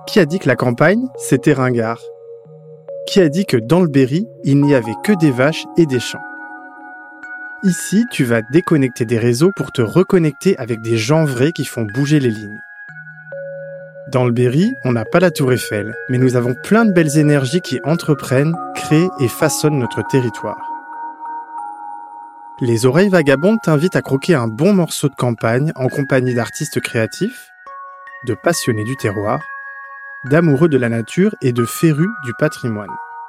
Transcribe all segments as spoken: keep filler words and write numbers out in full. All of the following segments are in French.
Qui a dit que la campagne, c'était ringard ? Qui a dit que dans le Berry, il n'y avait que des vaches et des champs ? Ici, tu vas déconnecter des réseaux pour te reconnecter avec des gens vrais qui font bouger les lignes. Dans le Berry, on n'a pas la Tour Eiffel, mais nous avons plein de belles énergies qui entreprennent, créent et façonnent notre territoire. Les Oreilles Vagabondes t'invitent à croquer un bon morceau de campagne en compagnie d'artistes créatifs, de passionnés du terroir, d'amoureux de la nature et de férus du patrimoine.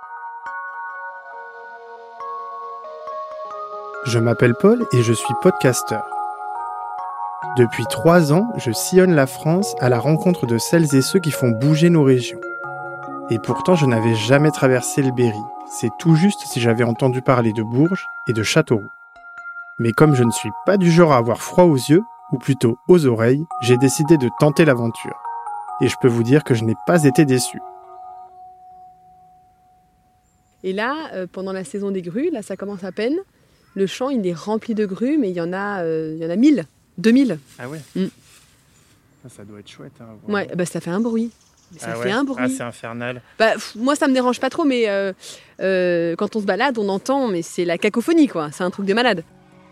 Je m'appelle Paul et je suis podcasteur. Depuis trois ans, je sillonne la France à la rencontre de celles et ceux qui font bouger nos régions. Et pourtant, je n'avais jamais traversé le Berry. C'est tout juste si j'avais entendu parler de Bourges et de Châteauroux. Mais comme je ne suis pas du genre à avoir froid aux yeux, ou plutôt aux oreilles, j'ai décidé de tenter l'aventure. Et je peux vous dire que je n'ai pas été déçu. Et là, euh, pendant la saison des grues, là ça commence à peine, le champ il est rempli de grues, mais il y en a, euh, il y en a mille, deux mille. Ah ouais mm. ça, ça doit être chouette. Hein, ouais, bah ça fait un bruit. Ça ah fait ouais. un bruit. Ah, c'est infernal. Bah, pff, moi ça me dérange pas trop, mais euh, euh, quand on se balade, on entend, mais c'est la cacophonie quoi, c'est un truc de malade.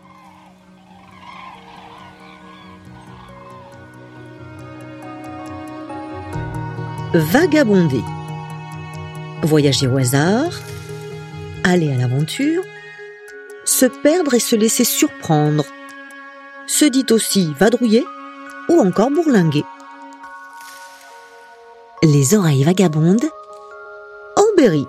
Vagabonder. Voyager au hasard, aller à l'aventure, se perdre et se laisser surprendre. Se dit aussi vadrouiller ou encore bourlinguer. Les Oreilles Vagabondes au Berry.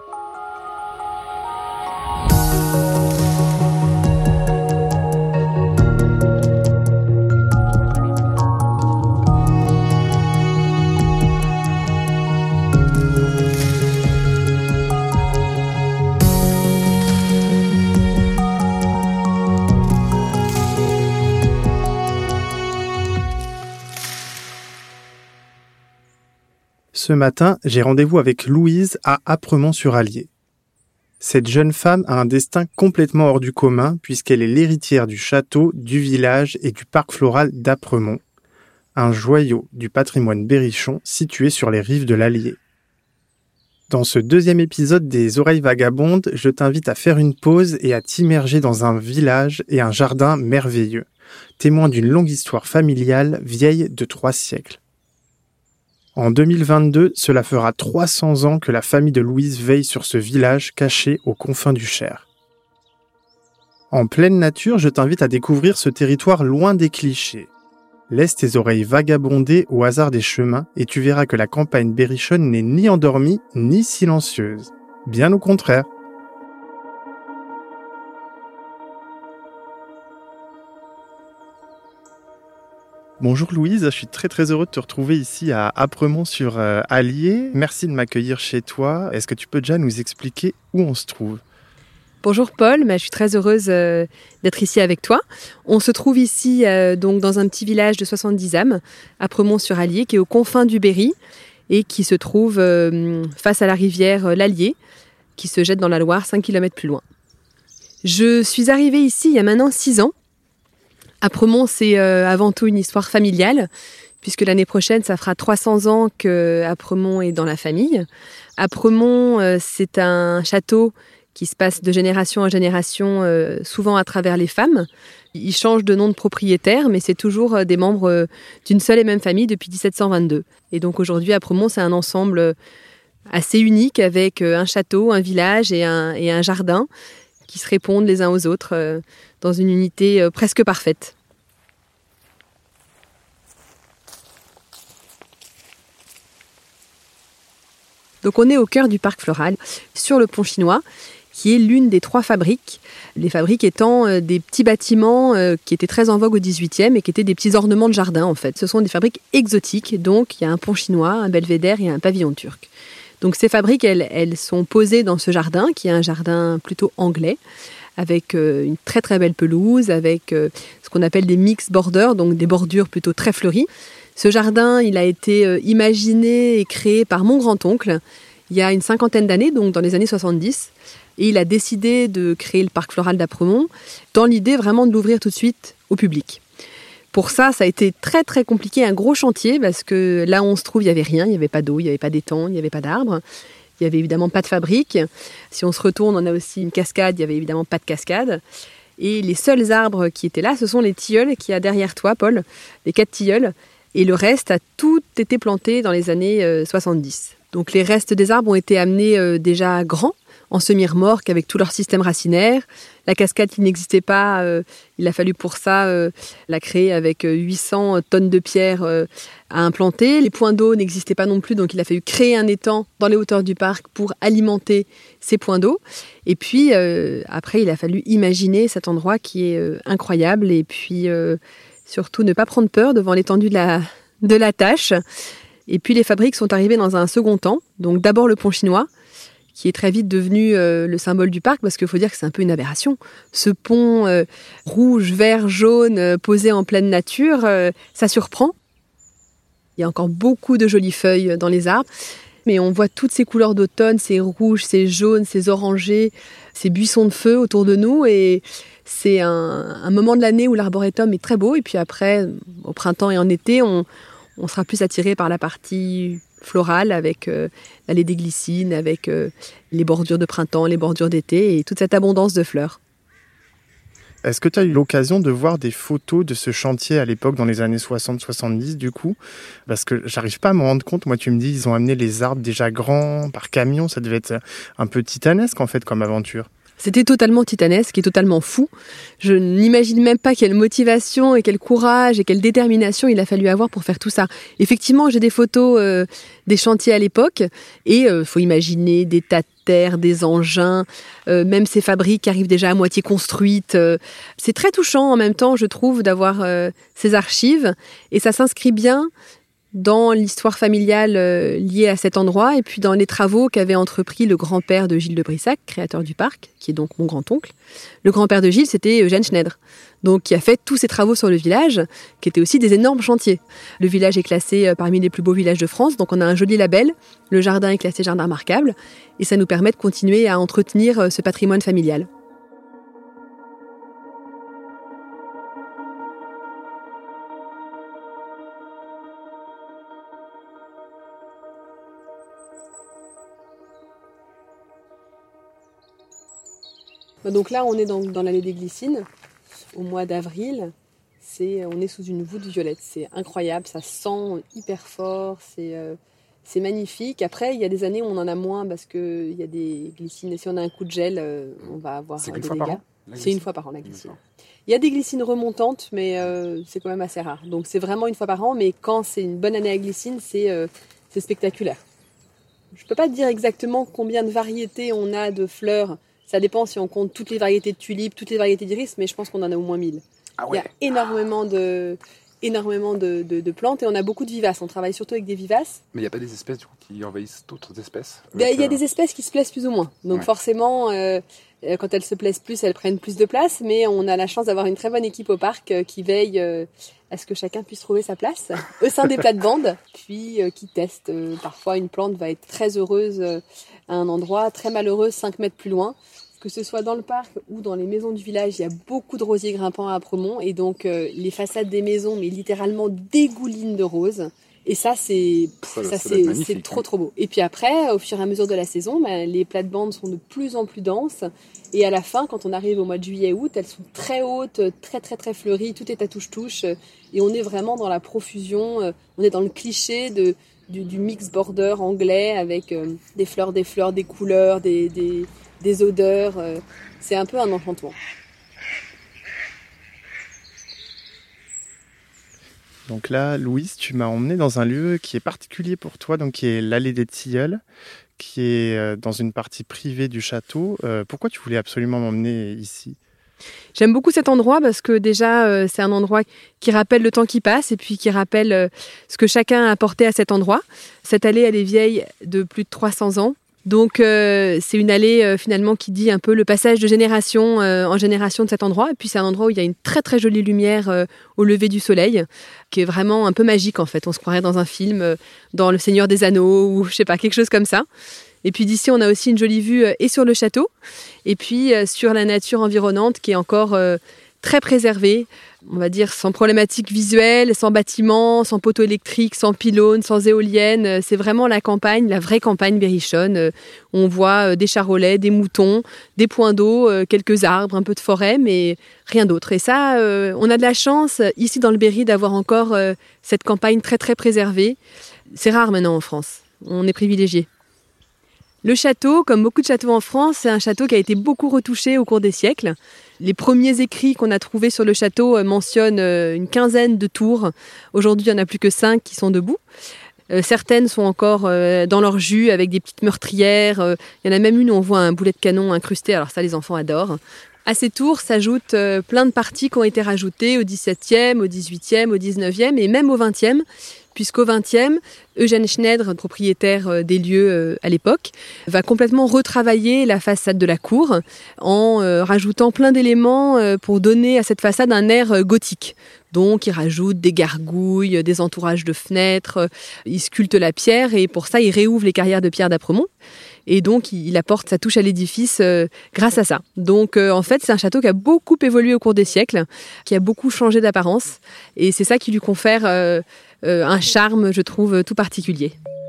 Ce matin, j'ai rendez-vous avec Louise à Apremont-sur-Allier. Cette jeune femme a un destin complètement hors du commun puisqu'elle est l'héritière du château, du village et du parc floral d'Apremont, un joyau du patrimoine berrichon situé sur les rives de l'Allier. Dans ce deuxième épisode des Oreilles Vagabondes, je t'invite à faire une pause et à t'immerger dans un village et un jardin merveilleux, témoin d'une longue histoire familiale vieille de trois siècles. En deux mille vingt-deux, cela fera trois cents ans que la famille de Louise veille sur ce village caché aux confins du Cher. En pleine nature, je t'invite à découvrir ce territoire loin des clichés. Laisse tes oreilles vagabonder au hasard des chemins et tu verras que la campagne berrichonne n'est ni endormie ni silencieuse. Bien au contraire. Bonjour Louise, je suis très très heureux de te retrouver ici à Apremont-sur-Allier. Merci de m'accueillir chez toi. Est-ce que tu peux déjà nous expliquer où on se trouve ? Bonjour Paul, mais je suis très heureuse euh, d'être ici avec toi. On se trouve ici euh, donc dans un petit village de soixante-dix âmes, Apremont-sur-Allier, qui est aux confins du Berry et qui se trouve euh, face à la rivière euh, l'Allier, qui se jette dans la Loire cinq kilomètres plus loin. Je suis arrivée ici il y a maintenant six ans. Apremont, c'est euh, avant tout une histoire familiale, puisque l'année prochaine, ça fera trois cents ans qu'Apremont est dans la famille. Apremont, euh, c'est un château qui se passe de génération en génération, euh, souvent à travers les femmes. Il change de nom de propriétaire, mais c'est toujours euh, des membres euh, d'une seule et même famille depuis dix-sept cent vingt-deux. Et donc aujourd'hui, Apremont, c'est un ensemble assez unique avec euh, un château, un village et un, et un jardin qui se répondent les uns aux autres euh, dans une unité euh, presque parfaite. Donc on est au cœur du parc floral, sur le pont chinois, qui est l'une des trois fabriques. Les fabriques étant euh, des petits bâtiments euh, qui étaient très en vogue au dix-huitième et qui étaient des petits ornements de jardin en fait. Ce sont des fabriques exotiques, donc il y a un pont chinois, un belvédère et un pavillon turc. Donc ces fabriques, elles, elles sont posées dans ce jardin, qui est un jardin plutôt anglais, avec euh, une très très belle pelouse, avec euh, ce qu'on appelle des mix borders, donc des bordures plutôt très fleuries. Ce jardin, il a été euh, imaginé et créé par mon grand-oncle il y a une cinquantaine d'années, donc dans les années soixante-dix. Et il a décidé de créer le parc floral d'Apremont dans l'idée vraiment de l'ouvrir tout de suite au public. Pour ça, ça a été très très compliqué, un gros chantier, parce que là où on se trouve, il n'y avait rien, il n'y avait pas d'eau, il n'y avait pas d'étang, il n'y avait pas d'arbres. Il n'y avait évidemment pas de fabrique. Si on se retourne, on a aussi une cascade, il n'y avait évidemment pas de cascade. Et les seuls arbres qui étaient là, ce sont les tilleuls qu'il y a derrière toi, Paul, les quatre tilleuls. Et le reste a tout été planté dans les années soixante-dix. Donc les restes des arbres ont été amenés euh, déjà grands, en semi-remorque avec tout leur système racinaire. La cascade qui n'existait pas, euh, il a fallu pour ça euh, la créer avec huit cents tonnes de pierre euh, à implanter. Les points d'eau n'existaient pas non plus, donc il a fallu créer un étang dans les hauteurs du parc pour alimenter ces points d'eau. Et puis euh, après, il a fallu imaginer cet endroit qui est euh, incroyable et puis euh, surtout ne pas prendre peur devant l'étendue de la, de la tâche. Et puis les fabriques sont arrivées dans un second temps. Donc d'abord le pont chinois, qui est très vite devenu euh, le symbole du parc, parce qu'il faut dire que c'est un peu une aberration. Ce pont euh, rouge, vert, jaune, euh, posé en pleine nature, euh, ça surprend. Il y a encore beaucoup de jolies feuilles dans les arbres, mais on voit toutes ces couleurs d'automne, ces rouges, ces jaunes, ces orangés, ces buissons de feu autour de nous, et c'est un, un moment de l'année où l'arboretum est très beau, et puis après, au printemps et en été, on, on sera plus attiré par la partie florale avec euh, l'allée des glycines, avec euh, les bordures de printemps, les bordures d'été et toute cette abondance de fleurs. Est-ce que tu as eu l'occasion de voir des photos de ce chantier à l'époque, dans les années soixante soixante-dix du coup ? Parce que j'arrive pas à me rendre compte. Moi, tu me dis, ils ont amené les arbres déjà grands par camion. Ça devait être un peu titanesque en fait comme aventure. C'était totalement titanesque et totalement fou. Je n'imagine même pas quelle motivation et quel courage et quelle détermination il a fallu avoir pour faire tout ça. Effectivement, j'ai des photos euh, des chantiers à l'époque et il euh, faut imaginer des tas de terre, des engins, euh, même ces fabriques qui arrivent déjà à moitié construites. Euh, c'est très touchant en même temps, je trouve, d'avoir euh, ces archives et ça s'inscrit bien dans l'histoire familiale euh, liée à cet endroit et puis dans les travaux qu'avait entrepris le grand-père de Gilles de Brissac, créateur du parc, qui est donc mon grand-oncle. Le grand-père de Gilles, c'était Eugène Schneider, donc qui a fait tous ces travaux sur le village, qui étaient aussi des énormes chantiers. Le village est classé euh, parmi les plus beaux villages de France, donc on a un joli label. Le jardin est classé jardin remarquable et ça nous permet de continuer à entretenir euh, ce patrimoine familial. Donc là, on est dans, dans l'allée des Glycines, au mois d'avril. C'est, on est sous une voûte violette. C'est incroyable, ça sent hyper fort, c'est, euh, c'est magnifique. Après, il y a des années où on en a moins parce qu'il y a des glycines. Et si on a un coup de gel, euh, on va avoir c'est des dégâts. Par an, c'est une fois par an, la glycine. Il y a des glycines remontantes, mais euh, c'est quand même assez rare. Donc c'est vraiment une fois par an, mais quand c'est une bonne année à glycine, c'est, euh, c'est spectaculaire. Je ne peux pas te dire exactement combien de variétés on a de fleurs. Ça dépend si on compte toutes les variétés de tulipes, toutes les variétés d'iris, mais je pense qu'on en a au moins mille. Ah ouais. Il y a énormément, de, énormément de, de, de plantes et on a beaucoup de vivaces. On travaille surtout avec des vivaces. Mais il n'y a pas des espèces du coup, qui envahissent d'autres espèces Il y a, avec, il y a euh... des espèces qui se plaisent plus ou moins. Donc ouais. forcément, euh, quand elles se plaisent plus, elles prennent plus de place. Mais on a la chance d'avoir une très bonne équipe au parc euh, qui veille euh, à ce que chacun puisse trouver sa place au sein des plates-bandes. Puis euh, qui teste. Euh, parfois, une plante va être très heureuse euh, à un endroit, très malheureuse cinq mètres plus loin. Que ce soit dans le parc ou dans les maisons du village, il y a beaucoup de rosiers grimpants à Apremont et donc euh, les façades des maisons, mais littéralement dégoulinent de roses. Et ça, c'est, pff, ça, ça, ça c'est, c'est trop trop beau. Et puis après, au fur et à mesure de la saison, bah, les plates-bandes sont de plus en plus denses. Et à la fin, quand on arrive au mois de juillet-août, elles sont très hautes, très très très fleuries, tout est à touche-touche. Et on est vraiment dans la profusion, on est dans le cliché de, du, du mix border anglais avec euh, des fleurs, des fleurs, des couleurs, des... des des odeurs, euh, c'est un peu un enchantement. Donc là, Louise, tu m'as emmenée dans un lieu qui est particulier pour toi, donc qui est l'allée des Tilleuls, qui est dans une partie privée du château. Euh, pourquoi tu voulais absolument m'emmener ici ? J'aime beaucoup cet endroit parce que déjà, euh, c'est un endroit qui rappelle le temps qui passe et puis qui rappelle euh, ce que chacun a apporté à cet endroit. Cette allée, elle est vieille de plus de trois cents ans. Donc euh, c'est une allée euh, finalement qui dit un peu le passage de génération euh, en génération de cet endroit. Et puis c'est un endroit où il y a une très très jolie lumière euh, au lever du soleil, qui est vraiment un peu magique en fait. On se croirait dans un film, euh, dans Le Seigneur des Anneaux ou je sais pas, quelque chose comme ça. Et puis d'ici on a aussi une jolie vue euh, et sur le château et puis euh, sur la nature environnante qui est encore euh, très préservée. on va dire, sans problématique visuelle, sans bâtiment, sans poteau électrique, sans pylône, sans éolienne. C'est vraiment la campagne, la vraie campagne berrichonne. On voit des charolais, des moutons, des points d'eau, quelques arbres, un peu de forêt, mais rien d'autre. Et ça, on a de la chance, ici dans le Berry, d'avoir encore cette campagne très très préservée. C'est rare maintenant en France. On est privilégiés. Le château, comme beaucoup de châteaux en France, c'est un château qui a été beaucoup retouché au cours des siècles. Les premiers écrits qu'on a trouvés sur le château mentionnent une quinzaine de tours. Aujourd'hui, il n'y en a plus que cinq qui sont debout. Euh, certaines sont encore euh, dans leur jus avec des petites meurtrières. Euh, il y en a même une où on voit un boulet de canon incrusté. Alors ça, les enfants adorent. À ces tours s'ajoutent euh, plein de parties qui ont été rajoutées au dix-septième, au dix-huitième, au dix-neuvième et même au vingtième. Puisqu'au vingtième, Eugène Schneider, propriétaire des lieux à l'époque, va complètement retravailler la façade de la cour en rajoutant plein d'éléments pour donner à cette façade un air gothique. Donc il rajoute des gargouilles, des entourages de fenêtres, il sculpte la pierre et pour ça il réouvre les carrières de pierre d'Apremont. Et donc, il apporte sa touche à l'édifice euh, grâce à ça. Donc, euh, en fait, c'est un château qui a beaucoup évolué au cours des siècles, qui a beaucoup changé d'apparence. Et c'est ça qui lui confère euh, euh, un charme, je trouve, tout particulier.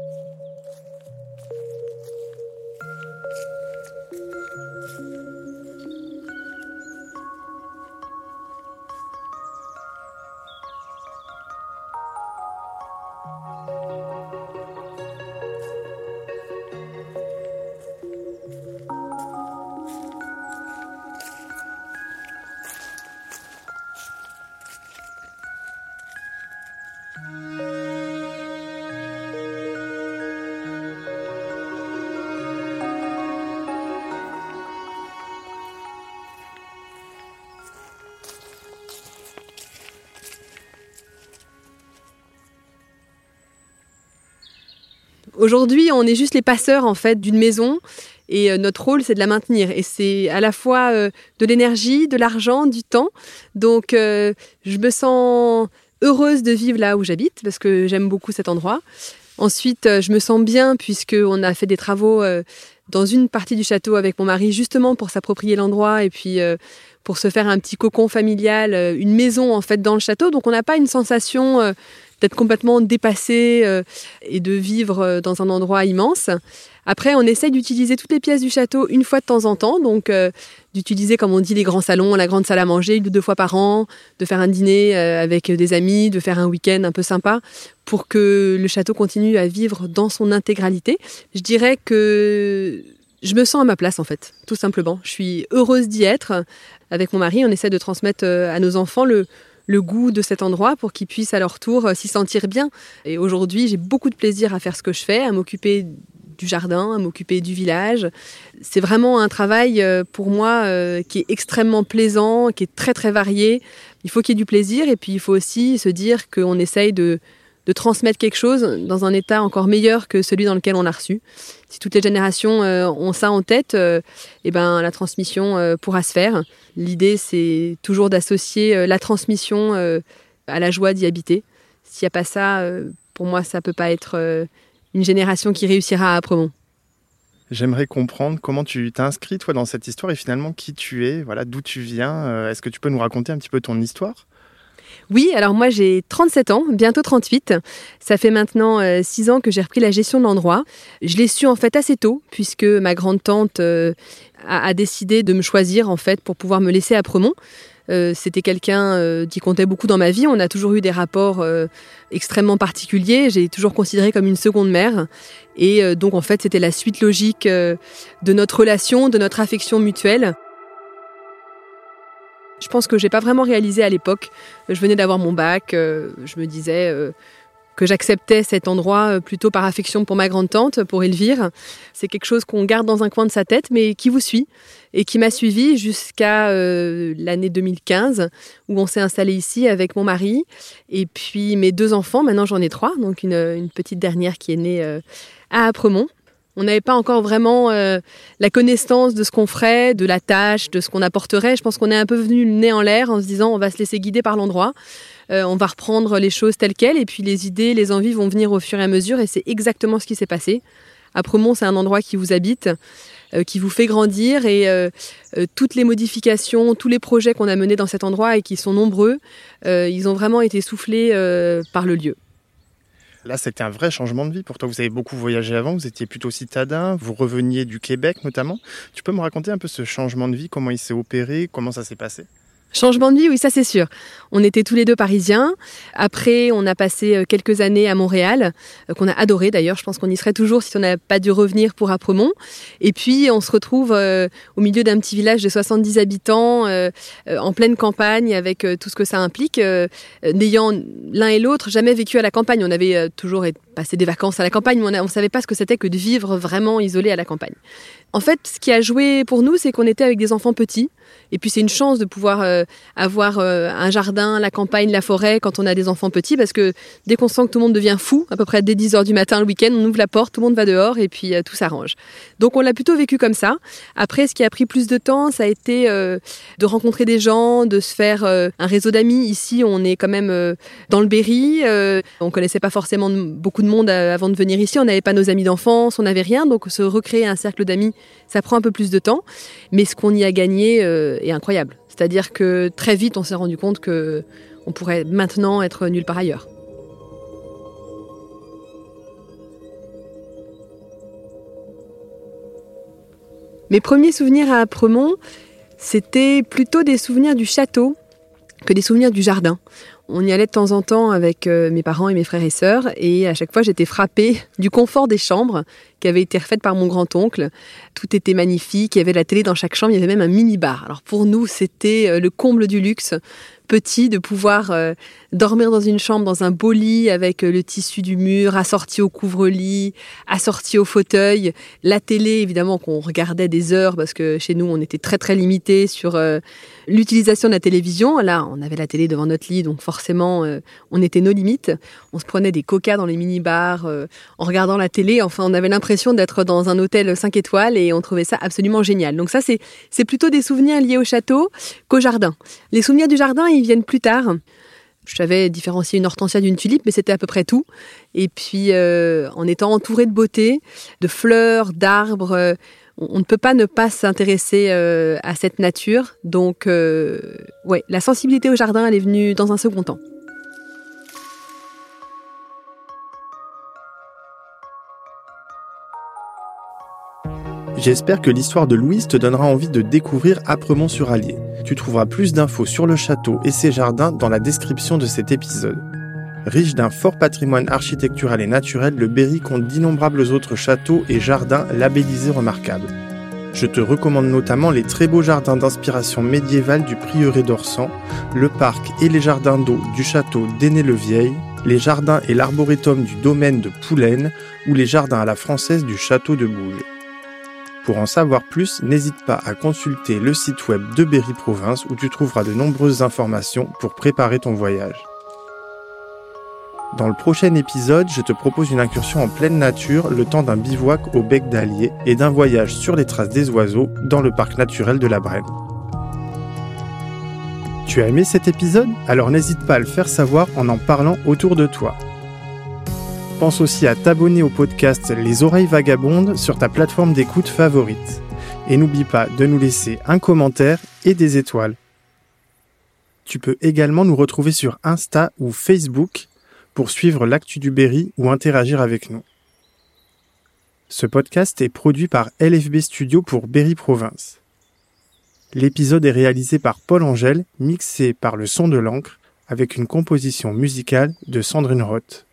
Aujourd'hui, on est juste les passeurs en fait d'une maison et euh, notre rôle, c'est de la maintenir. Et c'est à la fois euh, de l'énergie, de l'argent, du temps. Donc, euh, je me sens heureuse de vivre là où j'habite parce que j'aime beaucoup cet endroit. Ensuite, euh, je me sens bien puisqu'on a fait des travaux euh, dans une partie du château avec mon mari justement pour s'approprier l'endroit et puis euh, pour se faire un petit cocon familial, euh, une maison en fait dans le château. Donc, on n'a pas une sensation euh, d'être complètement dépassé euh, et de vivre euh, dans un endroit immense. Après, on essaye d'utiliser toutes les pièces du château une fois de temps en temps, donc euh, d'utiliser, comme on dit, les grands salons, la grande salle à manger, une ou deux fois par an, de faire un dîner euh, avec des amis, de faire un week-end un peu sympa, pour que le château continue à vivre dans son intégralité. Je dirais que je me sens à ma place, en fait, tout simplement. Je suis heureuse d'y être. Avec mon mari, on essaie de transmettre euh, à nos enfants le le goût de cet endroit pour qu'ils puissent à leur tour s'y sentir bien. Et aujourd'hui, j'ai beaucoup de plaisir à faire ce que je fais, à m'occuper du jardin, à m'occuper du village. C'est vraiment un travail pour moi qui est extrêmement plaisant, qui est très très varié. Il faut qu'il y ait du plaisir et puis il faut aussi se dire qu'on essaye de, de transmettre quelque chose dans un état encore meilleur que celui dans lequel on l'a reçu. Si toutes les générations euh, ont ça en tête, euh, eh ben, la transmission euh, pourra se faire. L'idée, c'est toujours d'associer euh, la transmission euh, à la joie d'y habiter. S'il n'y a pas ça, euh, pour moi, ça ne peut pas être euh, une génération qui réussira à Apremont. J'aimerais comprendre comment tu t'es inscrit, toi, dans cette histoire et finalement qui tu es, voilà, d'où tu viens. Est-ce que tu peux nous raconter un petit peu ton histoire ? Oui, alors moi j'ai trente-sept ans, bientôt trente-huit. Ça fait maintenant euh, six ans que j'ai repris la gestion de l'endroit. Je l'ai su en fait assez tôt, puisque ma grande-tante euh, a, a décidé de me choisir en fait pour pouvoir me laisser à Apremont. Euh, c'était quelqu'un euh, qui comptait beaucoup dans ma vie. On a toujours eu des rapports euh, extrêmement particuliers. J'ai toujours considéré comme une seconde mère. Et euh, donc en fait c'était la suite logique euh, de notre relation, de notre affection mutuelle. Je pense que je n'ai pas vraiment réalisé à l'époque. Je venais d'avoir mon bac, euh, je me disais euh, que j'acceptais cet endroit plutôt par affection pour ma grande-tante, pour Elvire. C'est quelque chose qu'on garde dans un coin de sa tête, mais qui vous suit et qui m'a suivie jusqu'à euh, l'année deux mille quinze, où on s'est installé ici avec mon mari et puis mes deux enfants. Maintenant, j'en ai trois, donc une, une petite dernière qui est née euh, à Apremont. On n'avait pas encore vraiment euh, la connaissance de ce qu'on ferait, de la tâche, de ce qu'on apporterait. Je pense qu'on est un peu venu le nez en l'air en se disant on va se laisser guider par l'endroit. Euh, on va reprendre les choses telles quelles et puis les idées, les envies vont venir au fur et à mesure et c'est exactement ce qui s'est passé. Apremont, c'est un endroit qui vous habite, euh, qui vous fait grandir et euh, euh, toutes les modifications, tous les projets qu'on a menés dans cet endroit et qui sont nombreux, euh, ils ont vraiment été soufflés euh, par le lieu. Là, c'était un vrai changement de vie pour toi. Vous avez beaucoup voyagé avant, vous étiez plutôt citadin, vous reveniez du Québec notamment. Tu peux me raconter un peu ce changement de vie, comment il s'est opéré, comment ça s'est passé ? Changement de vie, oui, ça c'est sûr. On était tous les deux parisiens. Après, on a passé quelques années à Montréal, euh, qu'on a adoré d'ailleurs. Je pense qu'on y serait toujours si on n'avait pas dû revenir pour Apremont. Et puis, on se retrouve euh, au milieu d'un petit village de soixante-dix habitants, euh, euh, en pleine campagne, avec euh, tout ce que ça implique, euh, n'ayant l'un et l'autre jamais vécu à la campagne. On avait euh, toujours passé des vacances à la campagne, mais on ne savait pas ce que c'était que de vivre vraiment isolé à la campagne. En fait, ce qui a joué pour nous, c'est qu'on était avec des enfants petits. Et puis, c'est une chance de pouvoir euh, avoir euh, un jardin, la campagne, la forêt quand on a des enfants petits. Parce que dès qu'on sent que tout le monde devient fou, à peu près dès dix heures du matin le week-end, on ouvre la porte, tout le monde va dehors et puis euh, tout s'arrange. Donc, on l'a plutôt vécu comme ça. Après, ce qui a pris plus de temps, ça a été euh, de rencontrer des gens, de se faire euh, un réseau d'amis. Ici, on est quand même euh, dans le Berry. Euh, on connaissait pas forcément beaucoup de monde euh, avant de venir ici. On n'avait pas nos amis d'enfance, on n'avait rien. Donc, se recréer un cercle d'amis, ça prend un peu plus de temps. Mais ce qu'on y a gagné euh, est incroyable. C'est-à-dire que très vite, on s'est rendu compte qu'on pourrait maintenant être nulle part ailleurs. Mes premiers souvenirs à Apremont, c'était plutôt des souvenirs du château que des souvenirs du jardin. On y allait de temps en temps avec euh, mes parents et mes frères et sœurs, et à chaque fois j'étais frappée du confort des chambres qui avaient été refaites par mon grand-oncle. Tout était magnifique, il y avait la télé dans chaque chambre, il y avait même un mini-bar. Alors pour nous, c'était euh, le comble du luxe, petit, de pouvoir euh, dormir dans une chambre, dans un beau lit, avec euh, le tissu du mur, assorti au couvre-lit, assorti au fauteuil. La télé, évidemment, qu'on regardait des heures, parce que chez nous, on était très très limité sur euh, l'utilisation de la télévision. Là, on avait la télé devant notre lit, donc forcément, euh, on était nos limites. On se prenait des coca dans les mini-bars euh, en regardant la télé. Enfin, on avait l'impression d'être dans un hôtel cinq étoiles et on trouvait ça absolument génial. Donc ça, c'est, c'est plutôt des souvenirs liés au château qu'au jardin. Les souvenirs du jardin, ils viennent plus tard. Je savais différencier une hortensia d'une tulipe, mais c'était à peu près tout. Et puis, euh, en étant entouré de beauté, de fleurs, d'arbres, euh, on, on ne peut pas ne pas s'intéresser euh, à cette nature. Donc, euh, ouais, la sensibilité au jardin, elle est venue dans un second temps. J'espère que l'histoire de Louise te donnera envie de découvrir Apremont-sur-Allier. Tu trouveras plus d'infos sur le château et ses jardins dans la description de cet épisode. Riche d'un fort patrimoine architectural et naturel, le Berry compte d'innombrables autres châteaux et jardins labellisés remarquables. Je te recommande notamment les très beaux jardins d'inspiration médiévale du prieuré d'Orsan, le parc et les jardins d'eau du château d'Ainay-le-Vieil, les jardins et l'arboretum du domaine de Poulaine ou les jardins à la française du château de Bouge. Pour en savoir plus, n'hésite pas à consulter le site web de Berry Province où tu trouveras de nombreuses informations pour préparer ton voyage. Dans le prochain épisode, je te propose une incursion en pleine nature, le temps d'un bivouac au bec d'Allier et d'un voyage sur les traces des oiseaux dans le parc naturel de la Brenne. Tu as aimé cet épisode ? Alors n'hésite pas à le faire savoir en en parlant autour de toi. Pense aussi à t'abonner au podcast Les Oreilles Vagabondes sur ta plateforme d'écoute favorite. Et n'oublie pas de nous laisser un commentaire et des étoiles. Tu peux également nous retrouver sur Insta ou Facebook pour suivre l'actu du Berry ou interagir avec nous. Ce podcast est produit par L F B Studio pour Berry Province. L'épisode est réalisé par Paul Angèle, mixé par Le Son de l'Ancre, avec une composition musicale de Sandrine Roth.